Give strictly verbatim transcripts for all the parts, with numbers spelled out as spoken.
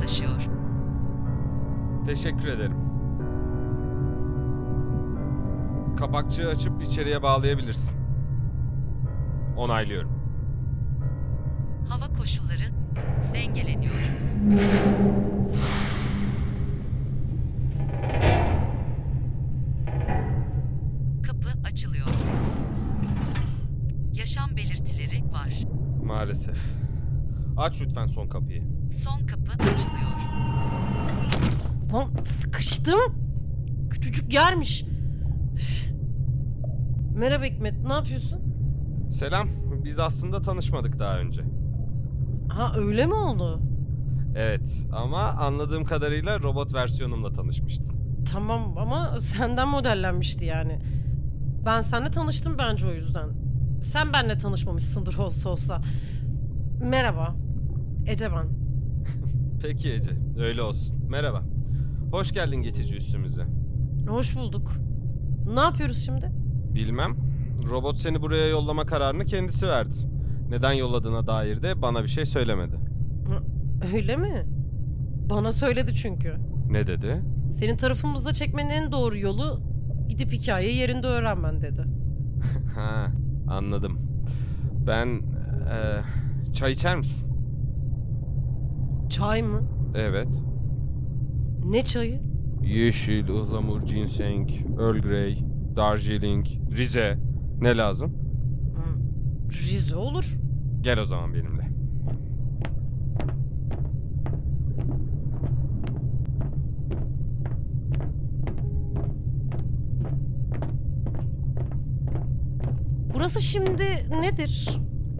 çalışıyor. Teşekkür ederim. Kapakçığı açıp içeriye bağlayabilirsin. Onaylıyorum. Hava koşulları dengeleniyor. Kapı açılıyor. Yaşam belirtileri var. Maalesef. Aç lütfen son kapıyı. Son kapı açılıyor. Lan sıkıştım. Küçücük yermiş. Üf. Merhaba Hikmet, ne yapıyorsun? Selam. Biz aslında tanışmadık daha önce. Ha öyle mi oldu? Evet ama anladığım kadarıyla robot versiyonumla tanışmıştın. Tamam ama senden modellenmişti yani. Ben seninle tanıştım bence o yüzden. Sen benimle tanışmamışsındır olsa olsa. Merhaba. Ece ben. Peki Ece, öyle olsun. Merhaba. Hoş geldin geçici üstümüze. Hoş bulduk. Ne yapıyoruz şimdi? Bilmem. Robot seni buraya yollama kararını kendisi verdi. Neden yolladığına dair de bana bir şey söylemedi. Öyle mi? Bana söyledi çünkü. Ne dedi? Senin tarafımızda çekmenin en doğru yolu gidip hikayeyi yerinde öğrenmen dedi. Ha, anladım. Ben... E, çay içer misin? Çay mı? Evet. Ne çayı? Yeşil, ıhlamur, ginseng, Earl Grey, Darjeeling, Rize. Ne lazım? Rize olur. Gel o zaman benimle. Burası şimdi nedir?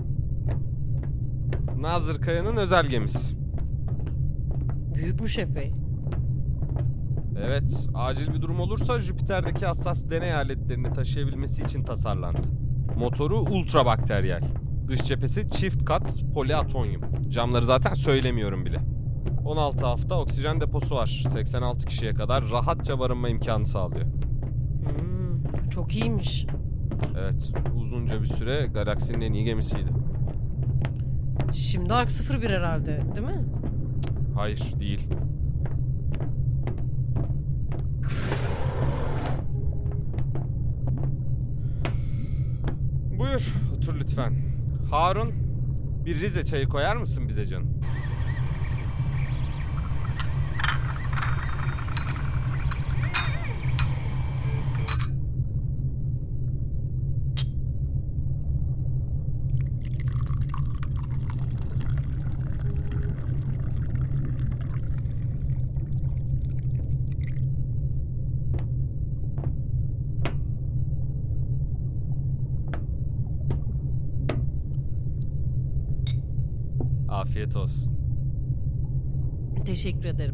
Nazır Kaya'nın özel gemisi. Büyükmüş epey. Evet, acil bir durum olursa Jüpiter'deki hassas deney aletlerini taşıyabilmesi için tasarlandı. Motoru ultra bakteryal. Dış cephesi çift kat poliatonyum. Camları zaten söylemiyorum bile. on altı hafta oksijen deposu var. seksen altı kişiye kadar rahatça barınma imkanı sağlıyor. Hmm, çok iyiymiş. Evet, uzunca bir süre galaksinin en iyi gemisiydi. Şimdi Ark sıfır bir herhalde, değil mi? Hayır, değil. Buyur, otur lütfen. Harun, bir Rize çayı koyar mısın bize canım? Afiyet olsun. Teşekkür ederim.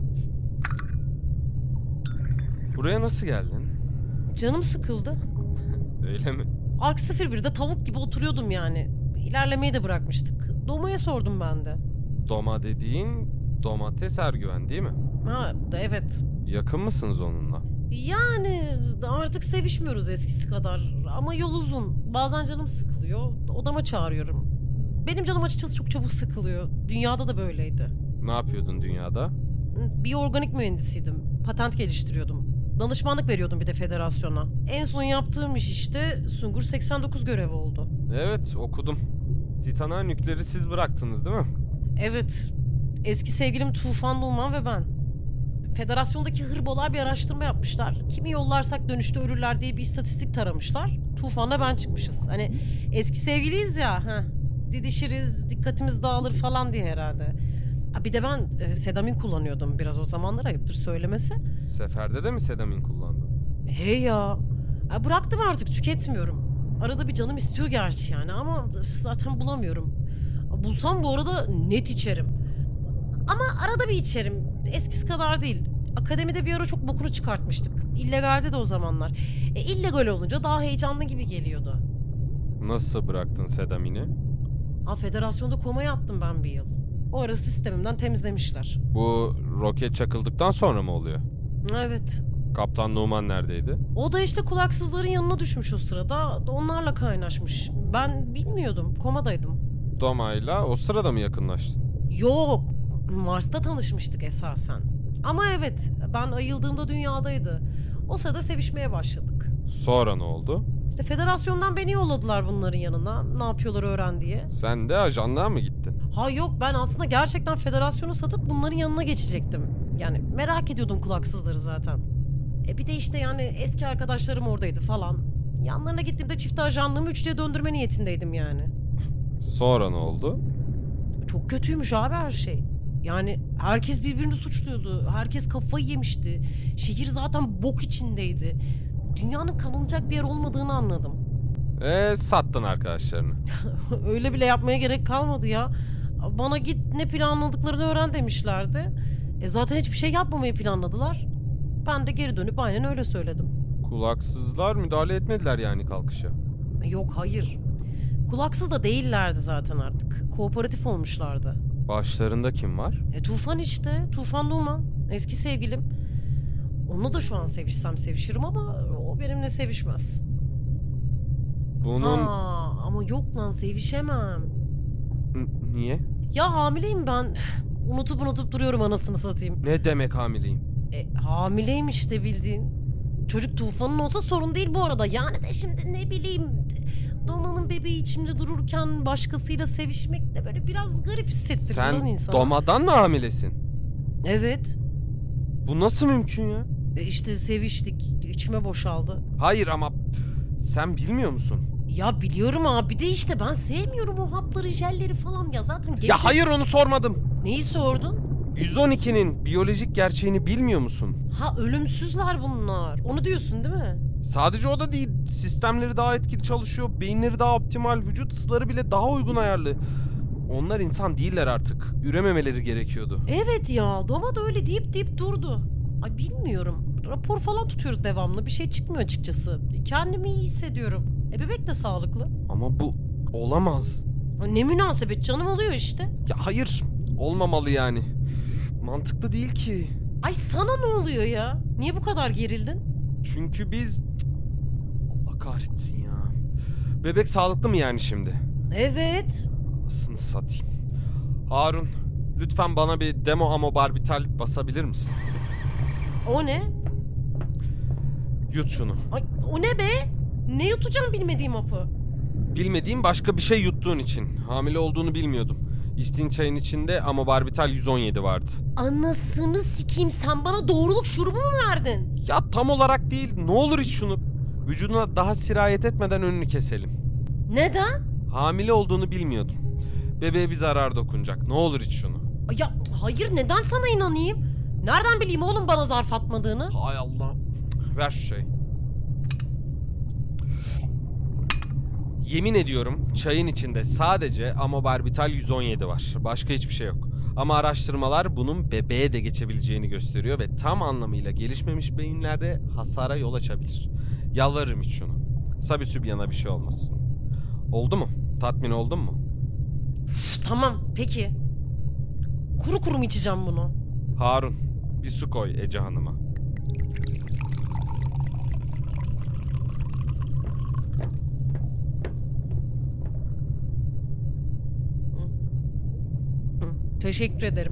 Buraya nasıl geldin? Canım sıkıldı. Öyle mi? Ark sıfır birde tavuk gibi oturuyordum yani. İlerlemeyi de bırakmıştık. Doma'ya sordum ben de. Doma dediğin domates Ergüven değil mi? Ha evet. Yakın mısınız onunla? Yani artık sevişmiyoruz eskisi kadar. Ama yol uzun. Bazen canım sıkılıyor. Odama çağırıyorum. Benim canım açıkçası çok çabuk sıkılıyor. Dünyada da böyleydi. Ne yapıyordun dünyada? Bir organik mühendisiydim. Patent geliştiriyordum. Danışmanlık veriyordum bir de federasyona. En son yaptığım iş işte Sungur seksen dokuz görevi oldu. Evet, okudum. Titan'a nükleeri siz bıraktınız değil mi? Evet. Eski sevgilim Tufan Numan ve ben. Federasyondaki hırbolar bir araştırma yapmışlar. Kimi yollarsak dönüşte ölürler diye bir istatistik taramışlar. Tufan'la ben çıkmışız. Hani eski sevgiliyiz ya. Heh. Didişiriz, dikkatimiz dağılır falan diye herhalde. Bir de ben e, sedamin kullanıyordum biraz o zamanlar, ayıptır söylemesi. Seferde de mi sedamin kullandın? Hey ya. ya. Bıraktım artık, tüketmiyorum. Arada bir canım istiyor gerçi yani ama zaten bulamıyorum. Bulsam bu arada net içerim. Ama arada bir içerim. Eskisi kadar değil. Akademide bir ara çok bokunu çıkartmıştık. İllegalde de o zamanlar. E, illegal olunca daha heyecanlı gibi geliyordu. Nasıl bıraktın sedamini? Ha, federasyonda komaya attım ben bir yıl. O ara sistemimden temizlemişler. Bu roket çakıldıktan sonra mı oluyor? Evet. Kaptan Numan neredeydi? O da işte kulaksızların yanına düşmüş o sırada. Onlarla kaynaşmış. Ben bilmiyordum. Komadaydım. Doma'yla o sırada mı yakınlaştın? Yok. Mars'ta tanışmıştık esasen. Ama evet, ben ayıldığımda dünyadaydı. O sırada sevişmeye başladık. Sonra ne oldu? İşte federasyondan beni yolladılar bunların yanına. Ne yapıyorlar öğren diye. Sen de ajanlığa mı gittin? Ha yok, ben aslında gerçekten federasyonu satıp bunların yanına geçecektim. Yani merak ediyordum kulaksızları zaten. E bir de işte yani eski arkadaşlarım oradaydı falan. Yanlarına gittiğimde çift ajanlığımı üçlüye döndürme niyetindeydim yani. Sonra ne oldu? Çok kötüymüş abi her şey. Yani herkes birbirini suçluyordu. Herkes kafayı yemişti. Şehir zaten bok içindeydi. Dünyanın kalınacak bir yer olmadığını anladım. Eee sattın arkadaşlarını. Öyle bile yapmaya gerek kalmadı ya. Bana git ne planladıklarını öğren demişlerdi. E zaten hiçbir şey yapmamayı planladılar. Ben de geri dönüp aynen öyle söyledim. Kulaksızlar müdahale etmediler yani kalkışa. Yok hayır. Kulaksız da değillerdi zaten artık. Kooperatif olmuşlardı. Başlarında kim var? E Tufan işte. Tufan Numan. Eski sevgilim. Onunla da şu an sevişsem sevişirim ama o benimle sevişmez. Bunun... Ha, ama yok lan sevişemem. N- niye? Ya hamileyim ben. Unutup unutup duruyorum anasını satayım. Ne demek hamileyim? E, hamileyim işte bildiğin. Çocuk Tufan'ın olsa sorun değil bu arada. Yani de şimdi ne bileyim... Doma'nın bebeği içimde dururken başkasıyla sevişmek de böyle biraz garip hissettirir lan Sen insana. Doma'dan mı hamilesin? Evet. Bu nasıl mümkün ya? E işte seviştik. İçime boşaldı. Hayır ama sen bilmiyor musun? Ya biliyorum abi de işte ben sevmiyorum o hapları, jelleri falan ya zaten... Ya hayır onu sormadım. Neyi sordun? yüz on ikinin biyolojik gerçeğini bilmiyor musun? Ha ölümsüzler bunlar. Onu diyorsun değil mi? Sadece o da değil. Sistemleri daha etkili çalışıyor. Beyinleri daha optimal. Vücut ısıları bile daha uygun ayarlı. Onlar insan değiller artık. Ürememeleri gerekiyordu. Evet ya Doma da öyle deyip deyip durdu. Ay bilmiyorum. Rapor falan tutuyoruz devamlı. Bir şey çıkmıyor açıkçası. Kendimi iyi hissediyorum. E bebek de sağlıklı. Ama bu olamaz. Ay, ne münasebet canım oluyor işte. Ya hayır. Olmamalı yani. Mantıklı değil ki. Ay sana ne oluyor ya? Niye bu kadar gerildin? Çünkü biz... Cık, Allah kahretsin ya. Bebek sağlıklı mı yani şimdi? Evet. Anasını satayım. Harun, lütfen bana bir demo amobarbital basabilir misin? O ne? Yut şunu. Ay o ne be? Ne yutacağım bilmediğim hapı? Bilmediğim başka bir şey yuttuğun için. Hamile olduğunu bilmiyordum. İçtiğin çayın içinde amobarbital yüz on yedi vardı. Anasını sikeyim, sen bana doğruluk şurubu mu verdin? Ya tam olarak değil. Ne olur iç şunu. Vücuduna daha sirayet etmeden önünü keselim. Neden? Hamile olduğunu bilmiyordum. Bebeğe bir zarar dokunacak. Ne olur iç şunu. Ay ya hayır, neden sana inanayım? Nereden bileyim oğlum bana zarf atmadığını? Hay Allah. Ver şu şeyi. Yemin ediyorum çayın içinde sadece amobarbital yüz on yedi var. Başka hiçbir şey yok. Ama araştırmalar bunun bebeğe de geçebileceğini gösteriyor ve tam anlamıyla gelişmemiş beyinlerde hasara yol açabilir. Yalvarırım iç şunu. Sabi sübyana bir şey olmasın. Oldu mu? Tatmin oldun mu? Üf, tamam peki. Kuru kuru mu içeceğim bunu? Harun, bir su koy Ece Hanım'a. Teşekkür ederim.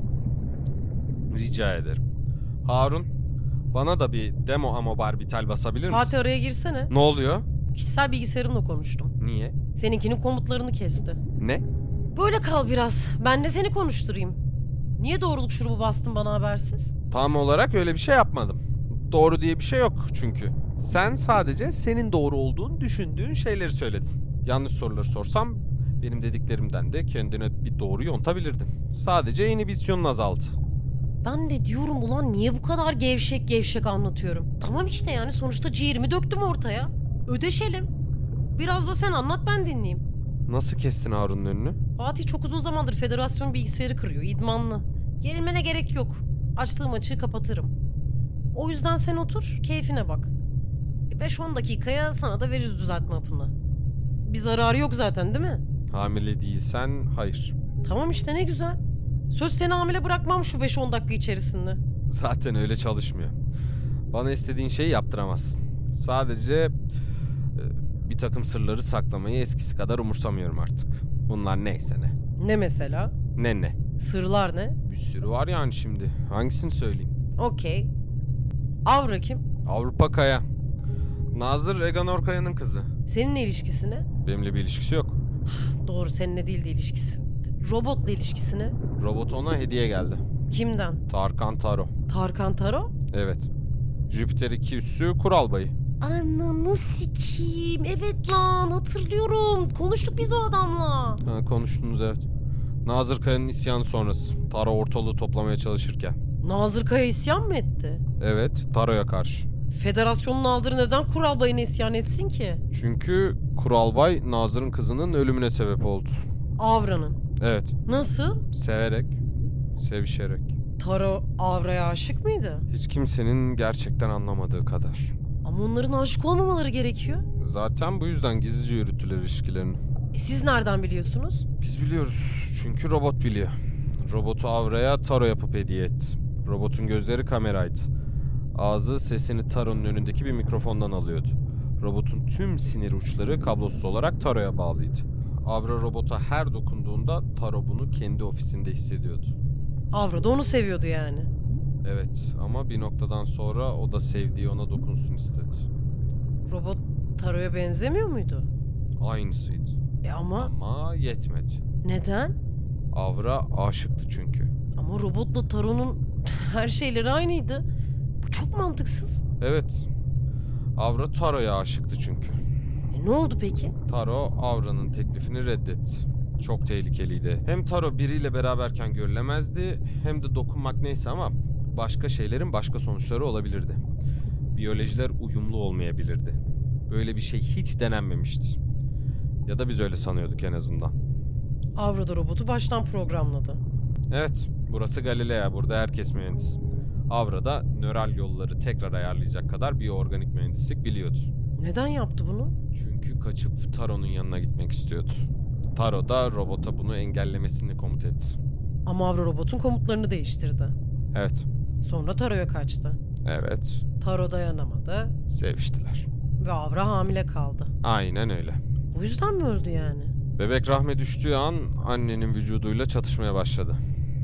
Rica ederim. Harun, bana da bir demo amobarbital basabilir misin? Fatih araya girsene. Ne oluyor? Kişisel bilgisayarımla konuştum. Niye? Seninkinin komutlarını kesti. Ne? Böyle kal biraz. Ben de seni konuşturayım. Niye doğruluk şurubu bastın bana habersiz? Tam olarak öyle bir şey yapmadım. Doğru diye bir şey yok çünkü. Sen sadece senin doğru olduğunu düşündüğün şeyleri söyledin. Yanlış soruları sorsam benim dediklerimden de kendine bir doğru yontabilirdin. Sadece inhibisyonun azaldı. Ben de diyorum ulan niye bu kadar gevşek gevşek anlatıyorum. Tamam işte yani sonuçta ciğerimi döktüm ortaya. Ödeşelim. Biraz da sen anlat ben dinleyeyim. Nasıl kestin Harun'un önünü? Fatih çok uzun zamandır federasyon bilgisayarı kırıyor. İdmanlı. Gerilmene gerek yok. Açtığım açığı kapatırım. O yüzden sen otur, keyfine bak. Bir beş on dakikaya sana da veririz düzeltme hapını. Bir zararı yok zaten değil mi? Hamile değilsen hayır. Tamam işte ne güzel. Söz seni hamile bırakmam şu beş on dakika içerisinde. Zaten öyle çalışmıyor. Bana istediğin şeyi yaptıramazsın. Sadece e, bir takım sırları saklamayı eskisi kadar umursamıyorum artık. Bunlar neyse ne. Ne mesela? Ne ne? Sırlar ne? Bir sürü var yani şimdi. Hangisini söyleyeyim? Okey. Avra kim? Avrupa Kaya. Nazır Eganor Kaya'nın kızı. Seninle ilişkisi ne? Benimle bir ilişkisi yok. Doğru, seninle değil de ilişkisi. Robotla ilişkisi ne? Robot ona hediye geldi. Kimden? Tarkan Taro. Tarkan Taro? Evet. Jüpiter iki üssü Kuralbayı. Ananı sikiyim. Evet lan, hatırlıyorum. Konuştuk biz o adamla. Ha, konuştunuz evet. Nazır Kaya'nın isyanı sonrası. Taro ortalığı toplamaya çalışırken. Nazır Kaya isyan mı etti? Evet, Taro'ya karşı. Federasyon Nazırı neden Kuralbayı'na isyan etsin ki? Çünkü Kuralbay Nazır'ın kızının ölümüne sebep oldu. Avra'nın. Evet, Nasıl? severek, sevişerek. Taro Avra'ya aşık mıydı? Hiç kimsenin gerçekten anlamadığı kadar. Ama onların aşık olmamaları gerekiyor. Zaten bu yüzden gizlice yürüttüler ilişkilerini. E siz nereden biliyorsunuz? Biz biliyoruz çünkü robot biliyor. Robotu Avra'ya Taro yapıp hediye etti. Robotun gözleri kameraydı. Ağzı sesini Taro'nun önündeki bir mikrofondan alıyordu. Robotun tüm sinir uçları kablosuz olarak Taro'ya bağlıydı. Avra robota her dokunduğunda Taro bunu kendi ofisinde hissediyordu. Avra da onu seviyordu yani. Evet ama bir noktadan sonra o da sevdiği ona dokunsun istedi. Robot Taro'ya benzemiyor muydu? Aynısıydı. E ama Ama yetmedi. neden? Avra aşıktı çünkü. Ama robotla Taro'nun her şeyleri aynıydı. Bu çok mantıksız. Evet. Avra Taro'ya aşıktı çünkü. E ne oldu peki? Taro Avra'nın teklifini reddetti. Çok tehlikeliydi. Hem Taro biriyle beraberken görülemezdi hem de dokunmak neyse ama başka şeylerin başka sonuçları olabilirdi. Biyolojiler uyumlu olmayabilirdi. Böyle bir şey hiç denenmemişti. Ya da biz öyle sanıyorduk en azından. Avra da robotu baştan programladı. Evet, burası Galilea. Burada herkes mühendis. Avra da nöral yolları tekrar ayarlayacak kadar biyoorganik mühendislik biliyordu. Neden yaptı bunu? Çünkü kaçıp Taro'nun yanına gitmek istiyordu. Taro da robota bunu engellemesini komut etti. Ama Avra robotun komutlarını değiştirdi. Evet, Sonra Taro'ya kaçtı. evet. Taro dayanamadı Seviştiler. ve Avra hamile kaldı. Aynen öyle. Bu yüzden mi öldü yani? Bebek rahme düştüğü an annenin vücuduyla çatışmaya başladı.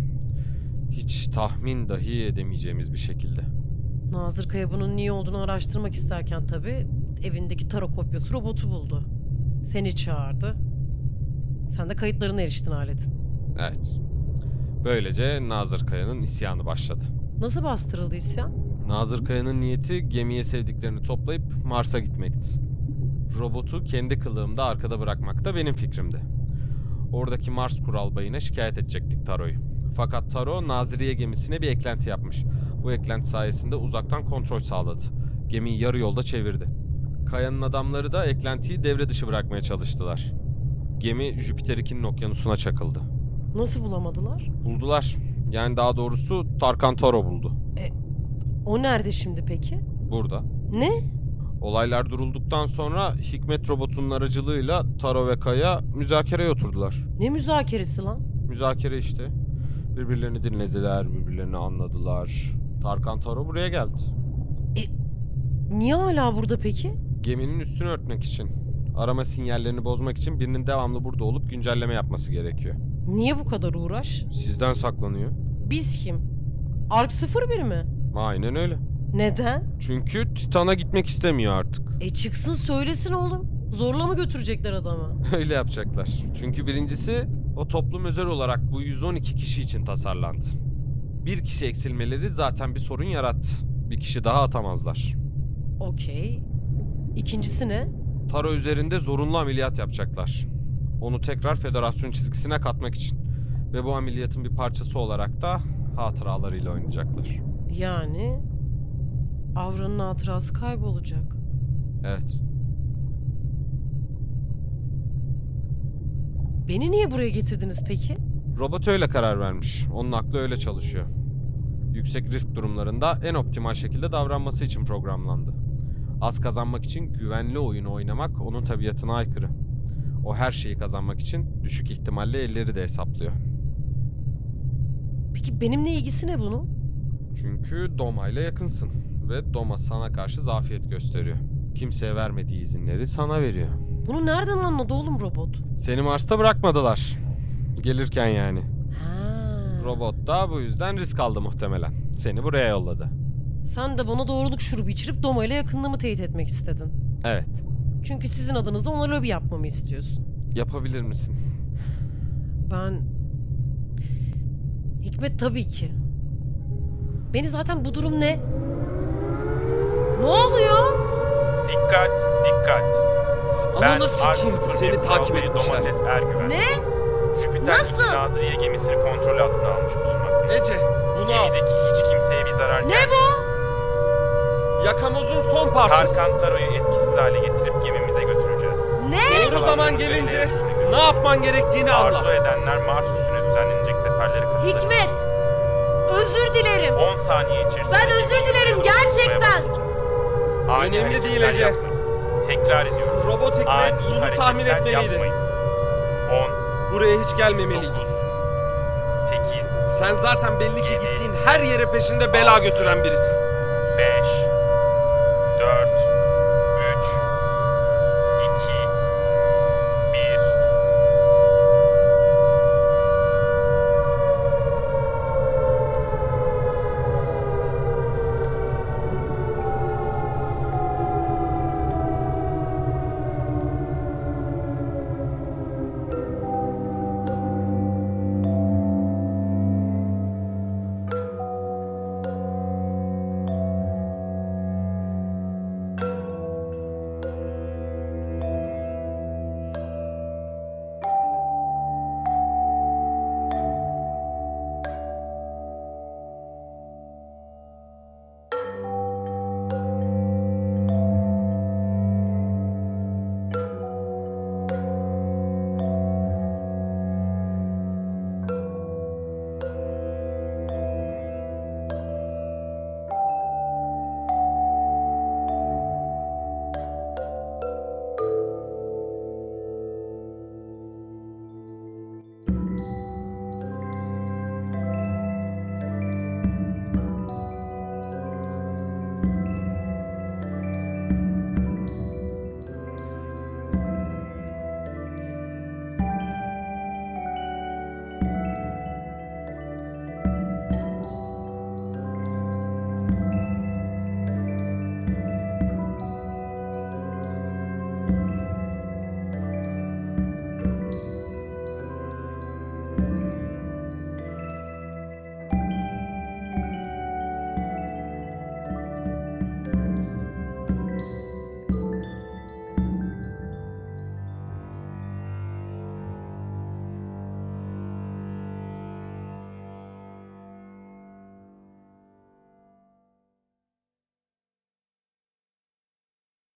Hiç tahmin dahi edemeyeceğimiz bir şekilde. Nazır Kaya bunun niye olduğunu araştırmak isterken tabii evindeki Taro kopyası robotu buldu. Seni çağırdı. Sen de kayıtlarına eriştin aletin. Evet. Böylece Nazır Kaya'nın isyanı başladı. Nasıl bastırıldı isyan? Nazır Kaya'nın niyeti gemiye sevdiklerini toplayıp Mars'a gitmekti. Robotu kendi kılığımda arkada bırakmak da benim fikrimdi. Oradaki Mars Kuralbayı'na şikayet edecektik Taro'yu. Fakat Taro Naziriye gemisine bir eklenti yapmış. Bu eklenti sayesinde uzaktan kontrol sağladı. Gemiyi yarı yolda çevirdi. Kaya'nın adamları da eklentiyi devre dışı bırakmaya çalıştılar. Gemi Jüpiter ikinin okyanusuna çakıldı. Nasıl bulamadılar? Buldular. Yani daha doğrusu Tarkan Taro buldu. O nerede şimdi peki? Burada. Ne? Olaylar durulduktan sonra Hikmet robotunun aracılığıyla Taro ve Kaya müzakereye oturdular. Ne müzakeresi lan? Müzakere işte. Birbirlerini dinlediler, birbirlerini anladılar. Tarkan Taro buraya geldi. Niye hala burada peki? Geminin üstünü örtmek için. Arama sinyallerini bozmak için birinin devamlı burada olup güncelleme yapması gerekiyor. Niye bu kadar uğraş? Sizden saklanıyor. Biz kim? Ark sıfır bir mi? Aynen öyle. Neden? Çünkü Titan'a gitmek istemiyor artık. E çıksın söylesin oğlum. Zorla mı götürecekler adamı? Öyle yapacaklar. Çünkü birincisi o toplum özel olarak bu yüz on iki kişi için tasarlandı. Bir kişi eksilmeleri zaten bir sorun yarattı. Bir kişi daha atamazlar. Okey. İkincisi ne? Taro üzerinde zorunlu ameliyat yapacaklar. Onu tekrar federasyon çizgisine katmak için. Ve bu ameliyatın bir parçası olarak da hatıralarıyla oynayacaklar. Yani Avra'nın hatırası kaybolacak. Evet. Beni niye buraya getirdiniz peki? Robot öyle karar vermiş. Onun aklı öyle çalışıyor. Yüksek risk durumlarında en optimal şekilde davranması için programlandı. Az kazanmak için güvenli oyunu oynamak onun tabiatına aykırı. O her şeyi kazanmak için düşük ihtimalle elleri de hesaplıyor. Peki benimle ilgisi ne bunun? Çünkü Doma ile yakınsın ve Doma sana karşı zafiyet gösteriyor. Kimseye vermediği izinleri sana veriyor. Bunu nereden anladı oğlum robot? Seni Mars'ta bırakmadılar. Gelirken yani. Ha. Robot da bu yüzden risk aldı muhtemelen. Seni buraya yolladı. Sen de bana doğruluk şurubu içirip Doma ile yakınlığımı teyit etmek istedin. Evet. Çünkü sizin adınıza ona lobi yapmamı istiyorsun. Yapabilir misin? Ben... Hikmet tabii ki. Beni zaten bu durum ne? Ne oluyor? Dikkat, dikkat. Ananı sikeyim, R sıfır seni bir takip Huawei etmişler. Domates Ergüven. Ne? Jüpiter Nasıl? iki Nazırıye gemisini kontrol altına almış bulunmaktayız. Ece, bunu al. Gemideki hiç kimseye bir zarar Ne gelmedi. bu? Yakamozun son parçası. Tarkan Taro'yu etkisiz hale getirip gemimize götüreceğiz. Ne? Doğru zaman gelince ne yapman gerektiğini Arzu anla. edenler Mars üstüne düzenlenecek seferlere katılacak. Hikmet! Özür dilerim. on saniye içerisinde... Ben özür dilerim, gerçekten. Ani Önemli hareketler değil Ece. yapmayın. Tekrar ediyorum. Robot Hikmet Ani bunu hareketler tahmin etmeliydi. yapmayın. on, Buraya hiç gelmemeliydi. dokuz, sekiz, Sen zaten belli ki Yedi, gittiğin her yere peşinde bela altı, götüren birisin. beş,